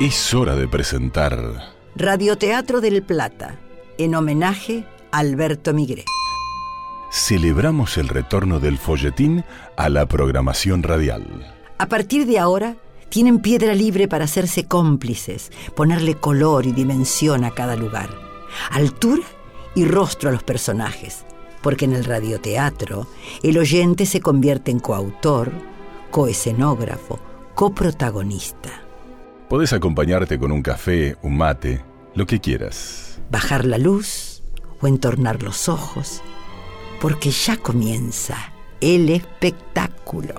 Es hora de presentar Radioteatro del Plata, en homenaje a Alberto Migré. Celebramos el retorno del folletín a la programación radial. A partir de ahora, tienen piedra libre para hacerse cómplices, ponerle color y dimensión a cada lugar, altura y rostro a los personajes, porque en el radioteatro el oyente se convierte en coautor, coescenógrafo, coprotagonista. Podés acompañarte con un café, un mate, lo que quieras. Bajar la luz o entornar los ojos, porque ya comienza el espectáculo.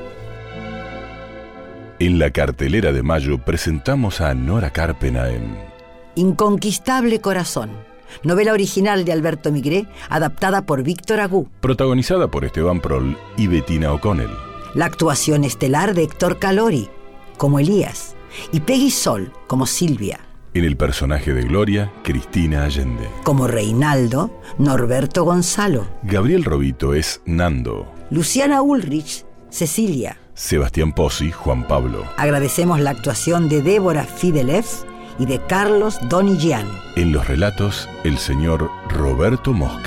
En la cartelera de mayo presentamos a Nora Carpena en Inconquistable Corazón, novela original de Alberto Migré, adaptada por Víctor Agú. protagonizada por Esteban Prol y Bettina O'Connell. La actuación estelar de Héctor Calori, como Elías, y Peggy Sol, como Silvia. En el personaje de Gloria, Cristina Allende. Como Reinaldo, Norberto Gonzalo. Gabriel Robito es Nando. Luciana Ulrich, Cecilia. Sebastián Pozzi, Juan Pablo. Agradecemos la actuación de Débora Fidelev y de Carlos Donigian. En los relatos, el señor Roberto Mosca.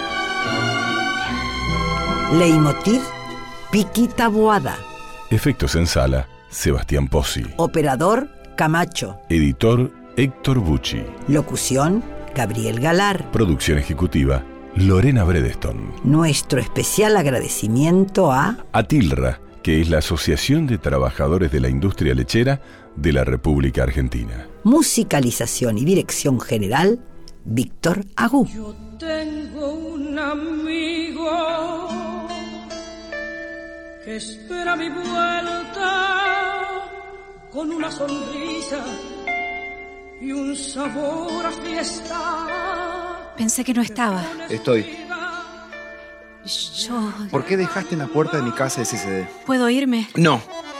Leitmotiv, Piquita Boada. Efectos en sala, Sebastián Pozzi. Operador, Camacho. Editor, Héctor Bucci. Locución, Gabriel Galar. Producción ejecutiva, Lorena Bredeston. Nuestro especial agradecimiento a ATILRA, que es la Asociación de Trabajadores de la Industria Lechera de la República Argentina. musicalización y dirección general, Víctor Agú. Yo tengo un amigo que espera mi vuelta con una sonrisa y un sabor a fiesta. Pensé que no estaba. Estoy. Yo... ¿Por qué dejaste en la puerta de mi casa ese CD? ¿Puedo irme? No.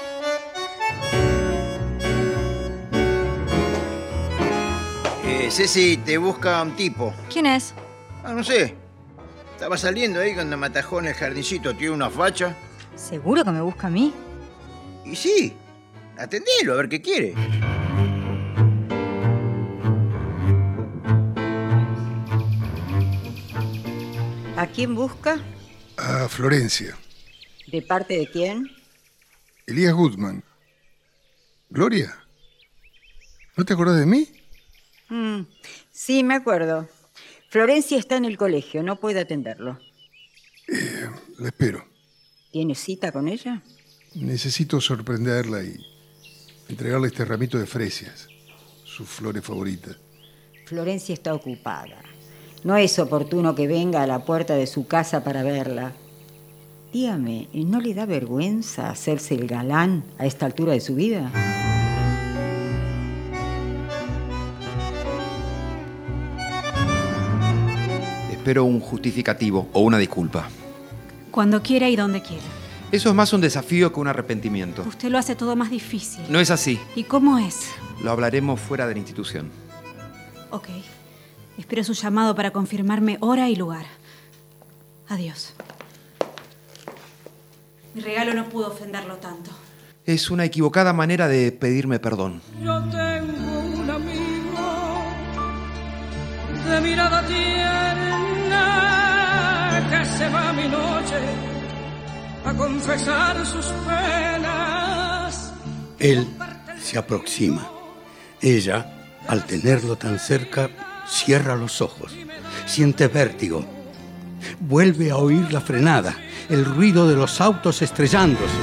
Ceci, te busca un tipo. ¿Quién es? No sé. Estaba saliendo ahí cuando me atajó en el jardincito. Tiene una facha. ¿Seguro que me busca a mí? Y sí. Atendelo, a ver qué quiere. ¿A quién busca? A Florencia. ¿De parte de quién? Elías Goodman. Gloria, ¿no te acordás de mí? Sí, me acuerdo. Florencia está en el colegio, no puede atenderlo. La espero. ¿Tiene cita con ella? Necesito sorprenderla y entregarle este ramito de fresias, sus flores favoritas. Florencia está ocupada. No es oportuno que venga a la puerta de su casa para verla. Dígame, ¿no le da vergüenza hacerse el galán a esta altura de su vida? Espero un justificativo o una disculpa. Cuando quiera y donde quiera. Eso es más un desafío que un arrepentimiento. Usted lo hace todo más difícil. No es así. ¿Y cómo es? Lo hablaremos fuera de la institución. Ok. Espero su llamado para confirmarme hora y lugar. Adiós. Mi regalo no pudo ofenderlo tanto. Es una equivocada manera de pedirme perdón. Yo tengo un amigo de mirada tierna que se va a mi noche a confesar sus penas. Él se aproxima. Ella, al tenerlo tan cerca, cierra los ojos. Siente vértigo. Vuelve a oír la frenada, el ruido de los autos estrellándose.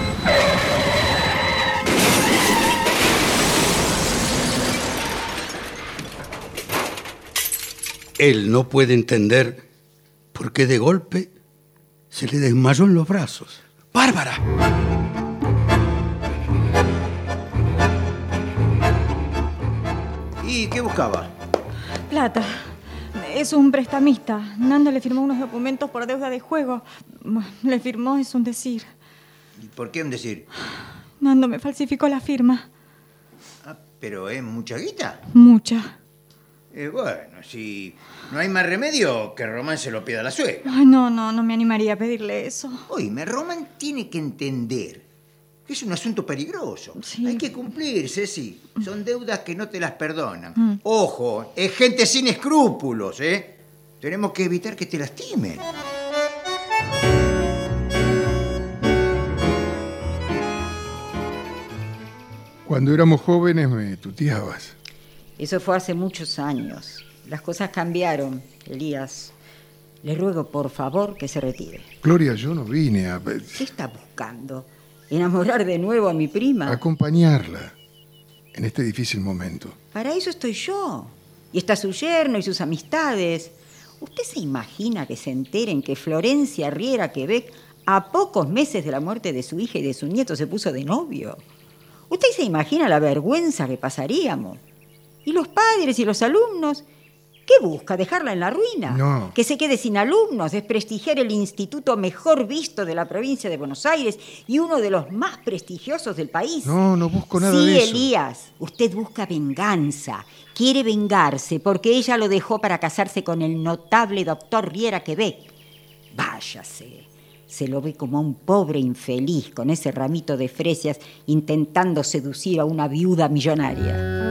Él no puede entender por qué de golpe se le desmayó en los brazos. ¡Bárbara! ¿Y qué buscaba? Plata. Es un prestamista. Nando le firmó unos documentos por deuda de juego. Le firmó, es un decir. ¿Y por qué un decir? Nando me falsificó la firma. ¿Pero es mucha guita? Mucha. Bueno, si no hay más remedio, que Román se lo pida a la suegra. Ay, no me animaría a pedirle eso. Oíme, Román tiene que entender que es un asunto peligroso. Sí. Hay que cumplir, Ceci. Son deudas que no te las perdonan. Ojo, es gente sin escrúpulos, ¿eh? Tenemos que evitar que te lastimen. Cuando éramos jóvenes me tuteabas. Eso fue hace muchos años. Las cosas cambiaron, Elías. Le ruego, por favor, que se retire. Gloria, yo no vine a... ¿Qué está buscando? ¿Enamorar de nuevo a mi prima? acompañarla en este difícil momento. Para eso estoy yo. Y está su yerno y sus amistades. ¿Usted se imagina que se enteren que Florencia Riera Quebec, a pocos meses de la muerte de su hija y de su nieto, se puso de novio? ¿Usted se imagina la vergüenza que pasaríamos? ¿Y los padres y los alumnos? ¿Qué busca? ¿Dejarla en la ruina? No. ¿Que se quede sin alumnos? ¿Desprestigiar el instituto mejor visto de la provincia de Buenos Aires y uno de los más prestigiosos del país? No, no busco nada de eso. Sí, Elías, usted busca venganza. Quiere vengarse porque ella lo dejó para casarse con el notable doctor Riera Quebec. Váyase. Se lo ve como a un pobre infeliz con ese ramito de fresias intentando seducir a una viuda millonaria.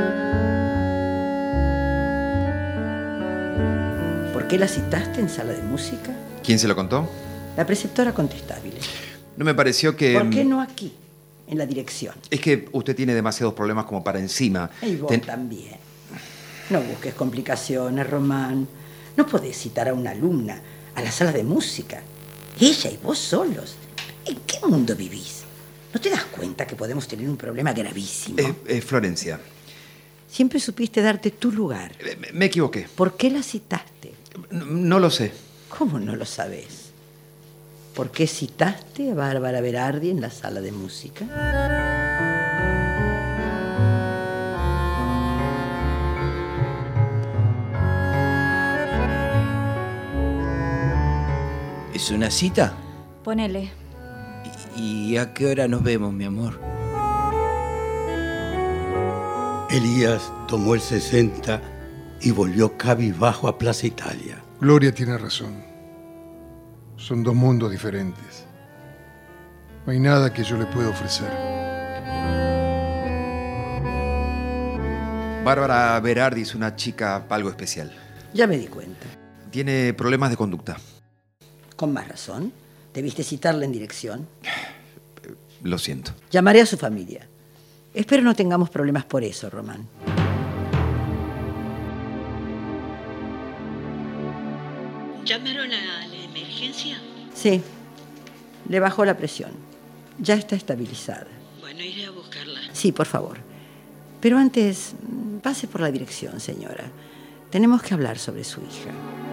¿Por qué la citaste en sala de música? ¿Quién se lo contó? La preceptora contestable. No me pareció que... ¿Por qué no aquí, en la dirección? Es que usted tiene demasiados problemas como para encima. Y vos también. No busques complicaciones, Román. No podés citar a una alumna a la sala de música. Ella y vos solos. ¿En qué mundo vivís? ¿No te das cuenta que podemos tener un problema gravísimo? Florencia. Siempre supiste darte tu lugar. Me equivoqué. ¿Por qué la citaste? No lo sé. ¿Cómo no lo sabés? ¿Por qué citaste a Bárbara Berardi en la sala de música? ¿Es una cita? Ponele. ¿Y a qué hora nos vemos, mi amor? Elías tomó el 60 y volvió cabizbajo a Plaza Italia. Gloria tiene razón. Son dos mundos diferentes. No hay nada que yo le pueda ofrecer. Bárbara Berardi es una chica algo especial. Ya me di cuenta. Tiene problemas de conducta. Con más razón. Debiste citarla en dirección. Lo siento. Llamaré a su familia. Espero no tengamos problemas por eso, Román. ¿Llamaron a la emergencia? Sí. Le bajó la presión. Ya está estabilizada. Bueno, iré a buscarla. Sí, por favor. Pero antes, pase por la dirección, señora. Tenemos que hablar sobre su hija.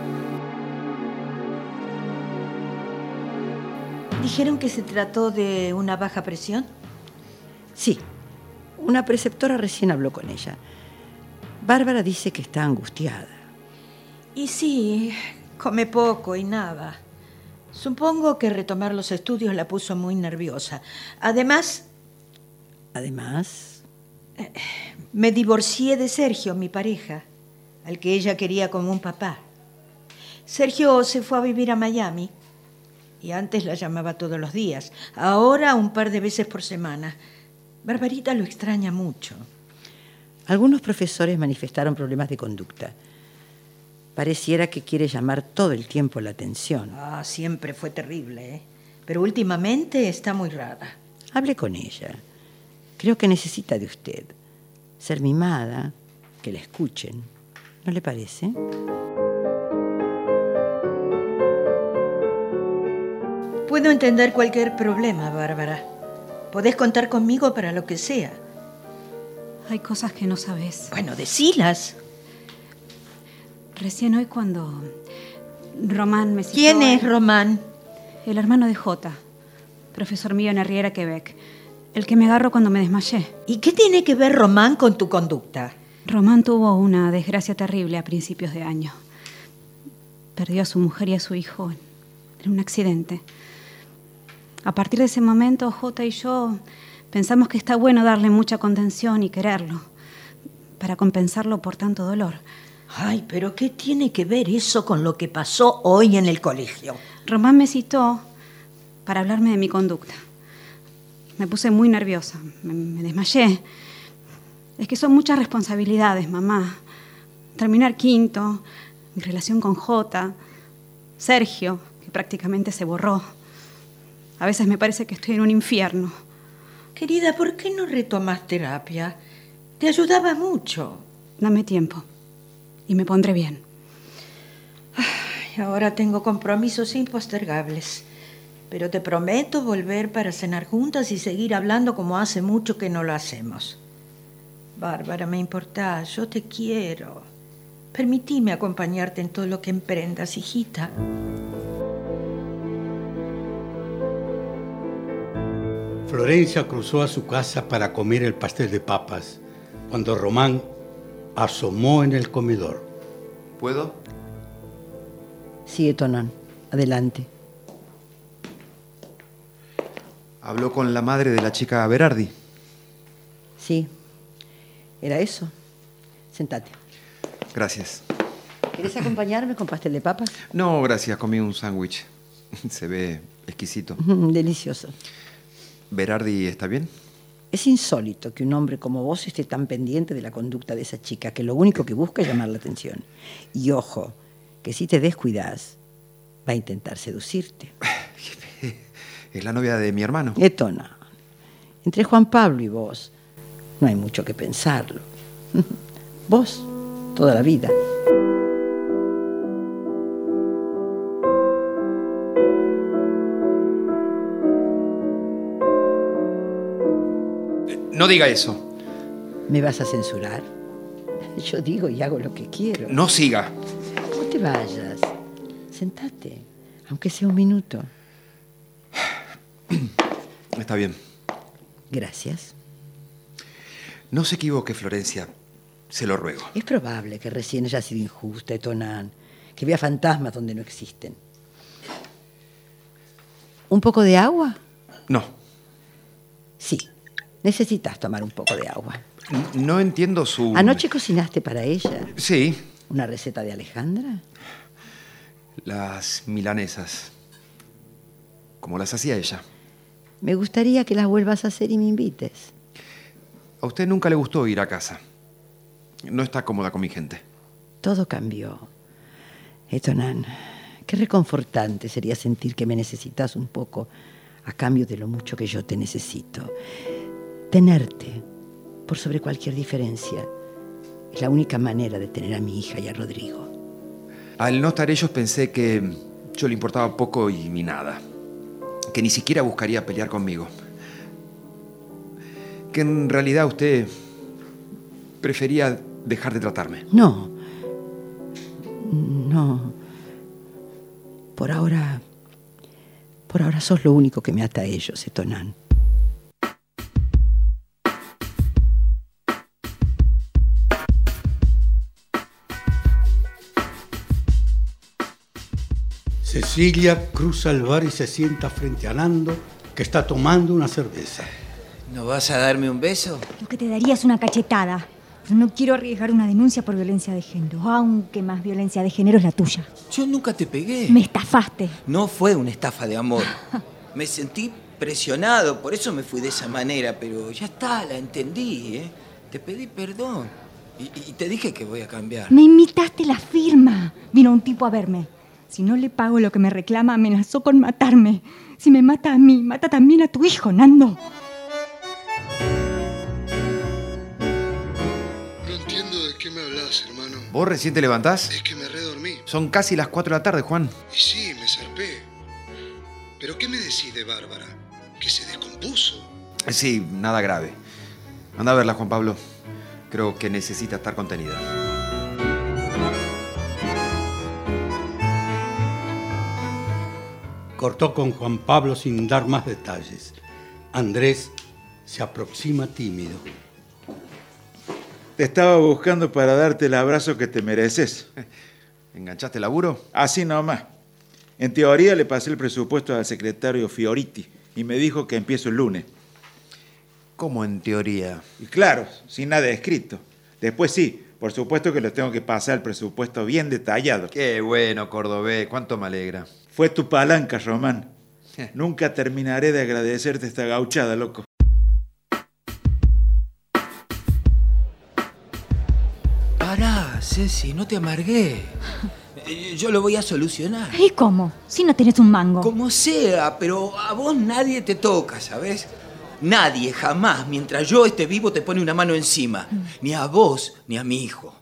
¿Dijeron que se trató de una baja presión? Sí. Una preceptora recién habló con ella. Bárbara dice que está angustiada. Y sí, come poco y nada. Supongo que retomar los estudios la puso muy nerviosa. Además... ¿Además? Me divorcié de Sergio, mi pareja, al que ella quería como un papá. Sergio se fue a vivir a Miami y antes la llamaba todos los días. Ahora un par de veces por semana. Barbarita lo extraña mucho. Algunos profesores manifestaron problemas de conducta. Pareciera que quiere llamar todo el tiempo la atención. Ah, siempre fue terrible, ¿eh? Pero últimamente está muy rara. Hable con ella. Creo que necesita de usted. Ser mimada, que la escuchen. ¿No le parece? Puedo entender cualquier problema, Bárbara. Podés contar conmigo para lo que sea. Hay cosas que no sabes. Bueno, decilas. Recién hoy cuando Román me citó... ¿Quién es Román? El hermano de Jota, profesor mío en Riera Quebec. El que me agarró cuando me desmayé. ¿Y qué tiene que ver Román con tu conducta? Román tuvo una desgracia terrible a principios de año. Perdió a su mujer y a su hijo en un accidente. A partir de ese momento, Jota y yo pensamos que está bueno darle mucha contención y quererlo, para compensarlo por tanto dolor. Ay, pero ¿qué tiene que ver eso con lo que pasó hoy en el colegio? Román me citó para hablarme de mi conducta. Me puse muy nerviosa, me desmayé. Es que son muchas responsabilidades, mamá. Terminar quinto, mi relación con Jota, Sergio, que prácticamente se borró. A veces me parece que estoy en un infierno. Querida, ¿por qué no retomas terapia? Te ayudaba mucho. Dame tiempo y me pondré bien. Ay, ahora tengo compromisos impostergables. Pero te prometo volver para cenar juntas y seguir hablando como hace mucho que no lo hacemos. Bárbara, me importás, yo te quiero. Permitime acompañarte en todo lo que emprendas, hijita. Florencia cruzó a su casa para comer el pastel de papas, cuando Román asomó en el comedor. ¿Puedo? Sigue, Tonán. Adelante. ¿Habló con la madre de la chica Berardi? Sí. ¿Era eso? Sentate. Gracias. ¿Querés acompañarme con pastel de papas? No, gracias. Comí un sándwich. Se ve exquisito. Delicioso. ¿Berardi está bien? Es insólito que un hombre como vos esté tan pendiente de la conducta de esa chica, que lo único que busca es llamar la atención. Y ojo, que si te descuidás, va a intentar seducirte. Es la novia de mi hermano. No. Entre Juan Pablo y vos no hay mucho que pensarlo. Vos, toda la vida. No diga eso. ¿Me vas a censurar? Yo digo y hago lo que quiero. No siga. No te vayas. Sentate, aunque sea un minuto. Está bien. Gracias. No se equivoque, Florencia. Se lo ruego. Es probable que recién haya sido injusta, Tonán, que vea fantasmas donde no existen. ¿Un poco de agua? No. Sí, necesitas tomar un poco de agua. No entiendo su... ¿Anoche cocinaste para ella? Sí. ¿Una receta de Alejandra? Las milanesas. Como las hacía ella. Me gustaría que las vuelvas a hacer y me invites. A usted nunca le gustó ir a casa. No está cómoda con mi gente. Todo cambió. Tonán, qué reconfortante sería sentir que me necesitas un poco a cambio de lo mucho que yo te necesito. Tenerte, por sobre cualquier diferencia, es la única manera de tener a mi hija y a Rodrigo. Al no estar ellos pensé que yo le importaba poco y ni nada. Que ni siquiera buscaría pelear conmigo. Que en realidad usted prefería dejar de tratarme. No. Por ahora sos lo único que me ata a ellos, Tonán. Cecilia cruza el bar y se sienta frente a Nando, que está tomando una cerveza. ¿No vas a darme un beso? Lo que te daría es una cachetada. Pero no quiero arriesgar una denuncia por violencia de género, aunque más violencia de género es la tuya. Yo nunca te pegué. Me estafaste. No fue una estafa de amor. Me sentí presionado, por eso me fui de esa manera, pero ya está, la entendí, ¿eh? Te pedí perdón y te dije que voy a cambiar. Me imitaste la firma. Vino un tipo a verme. Si no le pago lo que me reclama, amenazó con matarme. Si me mata a mí, mata también a tu hijo, Nando. No entiendo de qué me hablas, hermano. ¿Vos recién te levantás? Es que me redormí. Son casi las 4 de la tarde, Juan. Y sí, me zarpé. ¿Pero qué me decís de Bárbara? ¿Que se descompuso? Sí, nada grave. Anda a verla, Juan Pablo. Creo que necesita estar contenida. Cortó con Juan Pablo sin dar más detalles. Andrés se aproxima tímido. Te estaba buscando para darte el abrazo que te mereces. ¿Enganchaste el laburo? Así nomás. En teoría le pasé el presupuesto al secretario Fioriti y me dijo que empiezo el lunes. ¿Cómo en teoría? Y claro, sin nada escrito. Después sí, por supuesto que le tengo que pasar el presupuesto bien detallado. Qué bueno, Cordobés. Cuánto me alegra. Fue tu palanca, Román. Nunca terminaré de agradecerte esta gauchada, loco. Pará, Ceci, no te amargué. Yo lo voy a solucionar. ¿Y cómo? Si no tenés un mango. Como sea, pero a vos nadie te toca, ¿sabes? Nadie, jamás, mientras yo esté vivo, te pone una mano encima. Ni a vos, ni a mi hijo.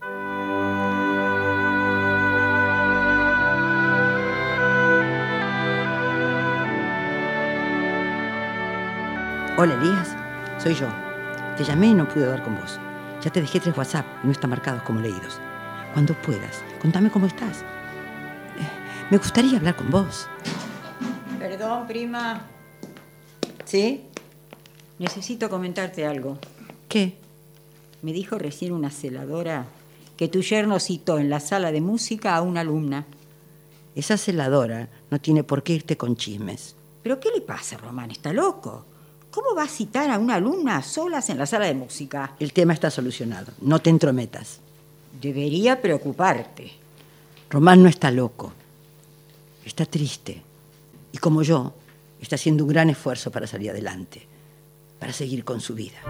Hola, Elías. Soy yo. Te llamé y no pude dar con vos. Ya te dejé 3 WhatsApp y no están marcados como leídos. Cuando puedas, contame cómo estás. Me gustaría hablar con vos. Perdón, prima. ¿Sí? Necesito comentarte algo. ¿Qué? Me dijo recién una celadora que tu yerno citó en la sala de música a una alumna. Esa celadora no tiene por qué irte con chismes. ¿Pero qué le pasa, Román? ¿Está loco? ¿Cómo va a citar a una alumna a solas en la sala de música? El tema está solucionado. No te entrometas. Debería preocuparte. Román no está loco. Está triste. Y como yo, está haciendo un gran esfuerzo para salir adelante, para seguir con su vida.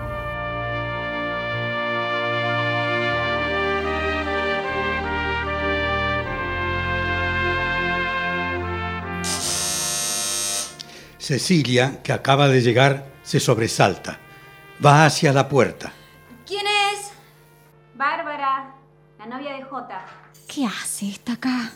Cecilia, que acaba de llegar, se sobresalta. Va hacia la puerta. ¿Quién es? Bárbara, la novia de Jota. ¿Qué hace? Está acá.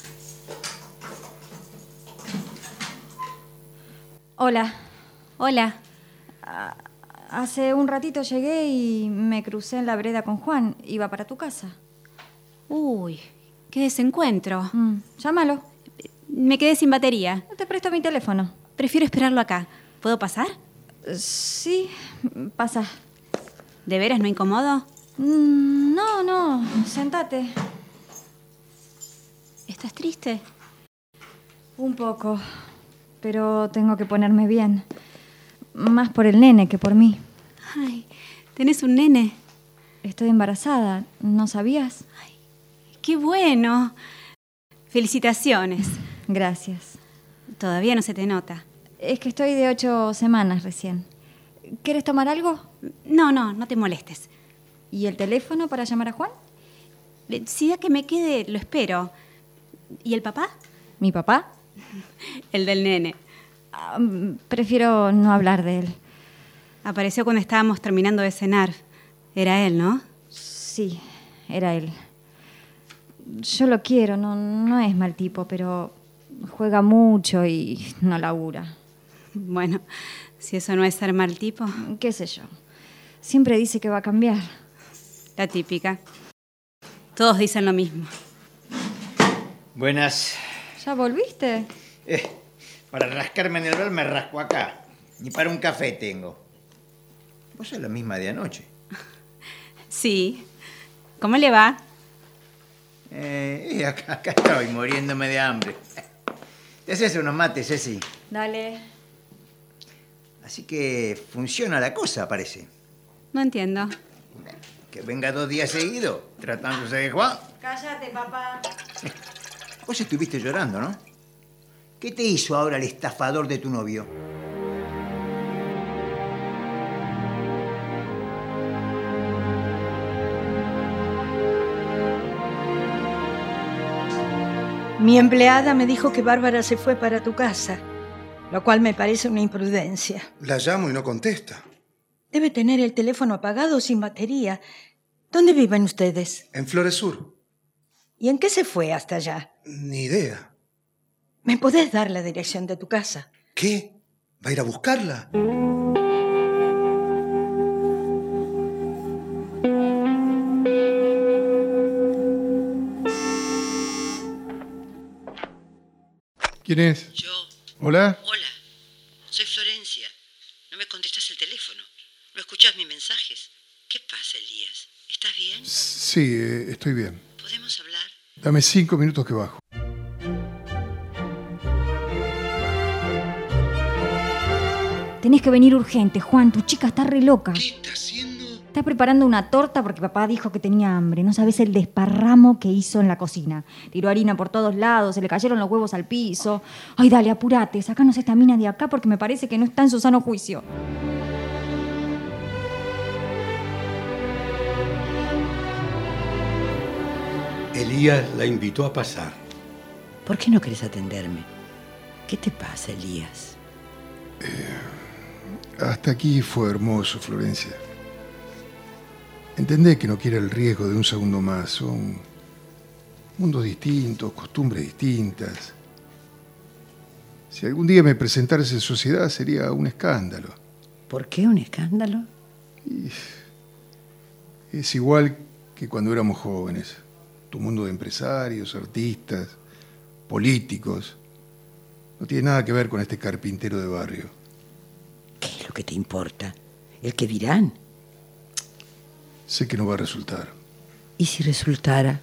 Hola. Hola. Hace un ratito llegué y me crucé en la vereda con Juan. Iba para tu casa. Uy, qué desencuentro. Llámalo. Me quedé sin batería. Te presto mi teléfono. Prefiero esperarlo acá. ¿Puedo pasar? Sí, pasa. ¿De veras no incomodo? No, sentate. ¿Estás triste? Un poco, pero tengo que ponerme bien. Más por el nene que por mí. Ay, ¿tenés un nene? Estoy embarazada, ¿no sabías? Ay, qué bueno. Felicitaciones. Gracias. Todavía no se te nota. Es que estoy de 8 semanas recién. ¿Quieres tomar algo? No te molestes. ¿Y el teléfono para llamar a Juan? Si da que me quede, lo espero. ¿Y el papá? ¿Mi papá? El del nene. Prefiero no hablar de él. Apareció cuando estábamos terminando de cenar. Era él, ¿no? Sí, era él. Yo lo quiero, no es mal tipo, pero juega mucho y no labura. Bueno, si eso no es ser mal tipo. ¿Qué sé yo? Siempre dice que va a cambiar. La típica. Todos dicen lo mismo. Buenas. ¿Ya volviste? Para rascarme en el bar me rasco acá. Ni para un café tengo. Vos sos la misma de anoche. Sí. ¿Cómo le va? Acá estoy, muriéndome de hambre. ¿Te haces unos mates, Ceci? Dale. Así que funciona la cosa, parece. No entiendo. Que venga 2 días seguidos, tratándose de Juan. Cállate, papá. Vos estuviste llorando, ¿no? ¿Qué te hizo ahora el estafador de tu novio? Mi empleada me dijo que Bárbara se fue para tu casa, lo cual me parece una imprudencia. La llamo y no contesta. Debe tener el teléfono apagado o sin batería. ¿Dónde viven ustedes? En Flores Sur. ¿Y en qué se fue hasta allá? Ni idea. ¿Me podés dar la dirección de tu casa? ¿Qué? ¿Va a ir a buscarla? ¿Quién es? Yo. ¿Hola? Hola, soy Florencia. No me contestas el teléfono. No escuchas mis mensajes. ¿Qué pasa, Elías? ¿Estás bien? Sí, estoy bien. ¿Podemos hablar? Dame 5 minutos que bajo. Tenés que venir urgente, Juan. Tu chica está re loca. ¿Qué está haciendo? Está preparando una torta porque papá dijo que tenía hambre. No sabés el desparramo que hizo en la cocina. Tiró harina por todos lados, se le cayeron los huevos al piso. Ay, dale, apurate. Sacanos esta mina de acá porque me parece que no está en su sano juicio. Elías la invitó a pasar. ¿Por qué no querés atenderme? ¿Qué te pasa, Elías? Hasta aquí fue hermoso, Florencia. Entendé que no quiera el riesgo de un segundo más. Son mundos distintos, costumbres distintas. Si algún día me presentaras en sociedad sería un escándalo. ¿Por qué un escándalo? Es igual que cuando éramos jóvenes. Tu mundo de empresarios, artistas, políticos. No tiene nada que ver con este carpintero de barrio. ¿Qué es lo que te importa? ¿El qué dirán? Sé que no va a resultar. ¿Y si resultara?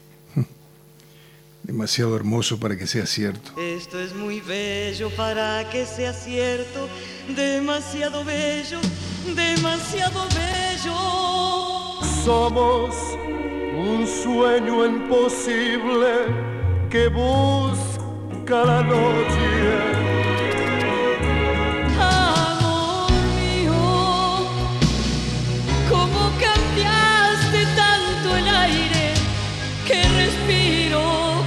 Demasiado hermoso para que sea cierto. Esto es muy bello para que sea cierto. Demasiado bello, demasiado bello. Somos un sueño imposible que busca la noche. Amor mío, cómo cambiaste tanto el aire que respiro.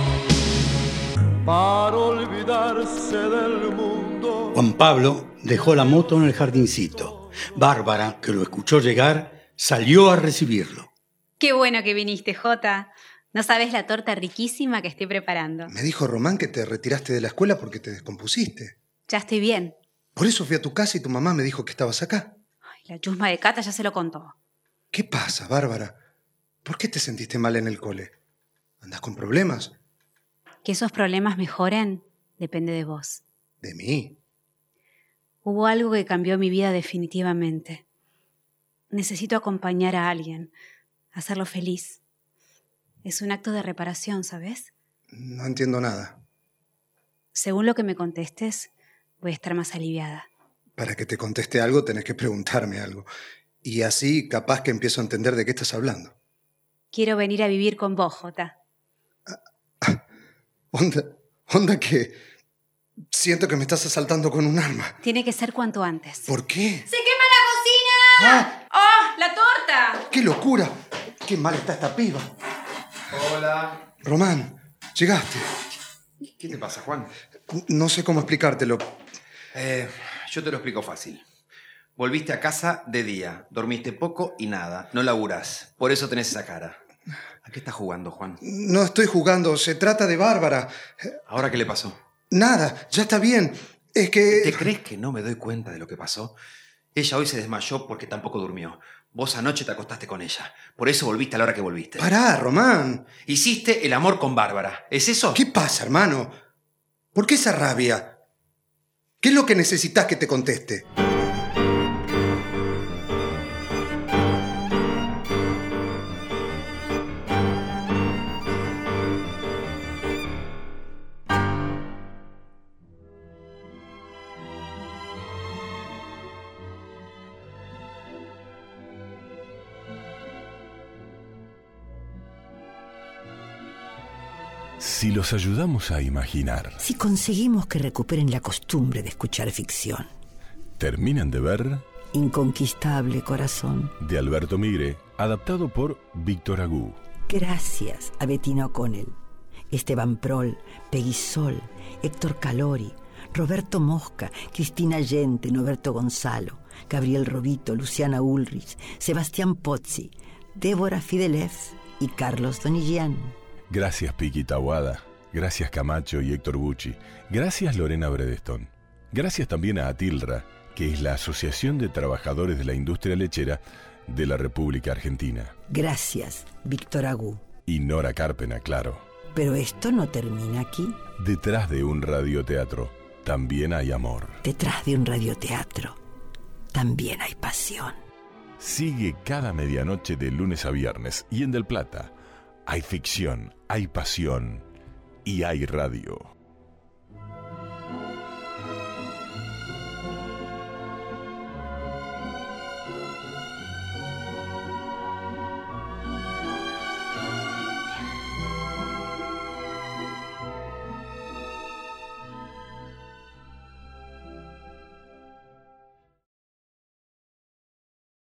Para olvidarse del mundo. Juan Pablo dejó la moto en el jardincito. Bárbara, que lo escuchó llegar, salió a recibirlo. Qué bueno que viniste, Jota. No sabes la torta riquísima que estoy preparando. Me dijo Román que te retiraste de la escuela porque te descompusiste. Ya estoy bien. Por eso fui a tu casa y tu mamá me dijo que estabas acá. Ay, la chusma de Cata ya se lo contó. ¿Qué pasa, Bárbara? ¿Por qué te sentiste mal en el cole? ¿Andás con problemas? Que esos problemas mejoren depende de vos. ¿De mí? Hubo algo que cambió mi vida definitivamente. Necesito acompañar a alguien, hacerlo feliz. Es un acto de reparación, ¿sabes? No entiendo nada. Según lo que me contestes, voy a estar más aliviada. Para que te conteste algo tenés que preguntarme algo. Y así capaz que empiezo a entender de qué estás hablando. Quiero venir a vivir con vos, Jota. Onda que siento que me estás asaltando con un arma. Tiene que ser cuanto antes. ¿Por qué? ¡Se quema la cocina! ¡Oh, la torta! ¡Qué locura! ¡Qué mal está esta piba! Hola. Román, llegaste. ¿Qué te pasa, Juan? No sé cómo explicártelo. Yo te lo explico fácil. Volviste a casa de día, dormiste poco y nada, no laburás. Por eso tenés esa cara. ¿A qué estás jugando, Juan? No estoy jugando, se trata de Bárbara. ¿Ahora qué le pasó? Nada, ya está bien. Es que... ¿Te crees que no me doy cuenta de lo que pasó? Ella hoy se desmayó porque tampoco durmió. Vos anoche te acostaste con ella. Por eso volviste a la hora que volviste. Pará, Román. Hiciste el amor con Bárbara. ¿Es eso? ¿Qué pasa, hermano? ¿Por qué esa rabia? ¿Qué es lo que necesitas que te conteste? Si los ayudamos a imaginar, Si conseguimos que recuperen la costumbre de escuchar ficción. terminan de ver Inconquistable corazón. de Alberto Migre, adaptado por Víctor Agú. Gracias a Bettina O'Connell, Esteban Prol, Peggy Sol, Héctor Calori, Roberto Mosca, Cristina Allente, Noberto Gonzalo, Gabriel Robito, Luciana Ulrich, Sebastián Pozzi, Débora Fidelev y Carlos Donigian. Gracias Piqui Tahuada, gracias Camacho y Héctor Bucci, gracias Lorena Bredestone. Gracias también a ATILRA, que es la Asociación de Trabajadores de la Industria Lechera de la República Argentina. Gracias, Víctor Agú. Y Nora Carpena, claro. Pero esto no termina aquí. Detrás de un radioteatro también hay amor. Detrás de un radioteatro también hay pasión. Sigue cada medianoche de lunes a viernes y en Del Plata hay ficción, hay pasión y hay radio.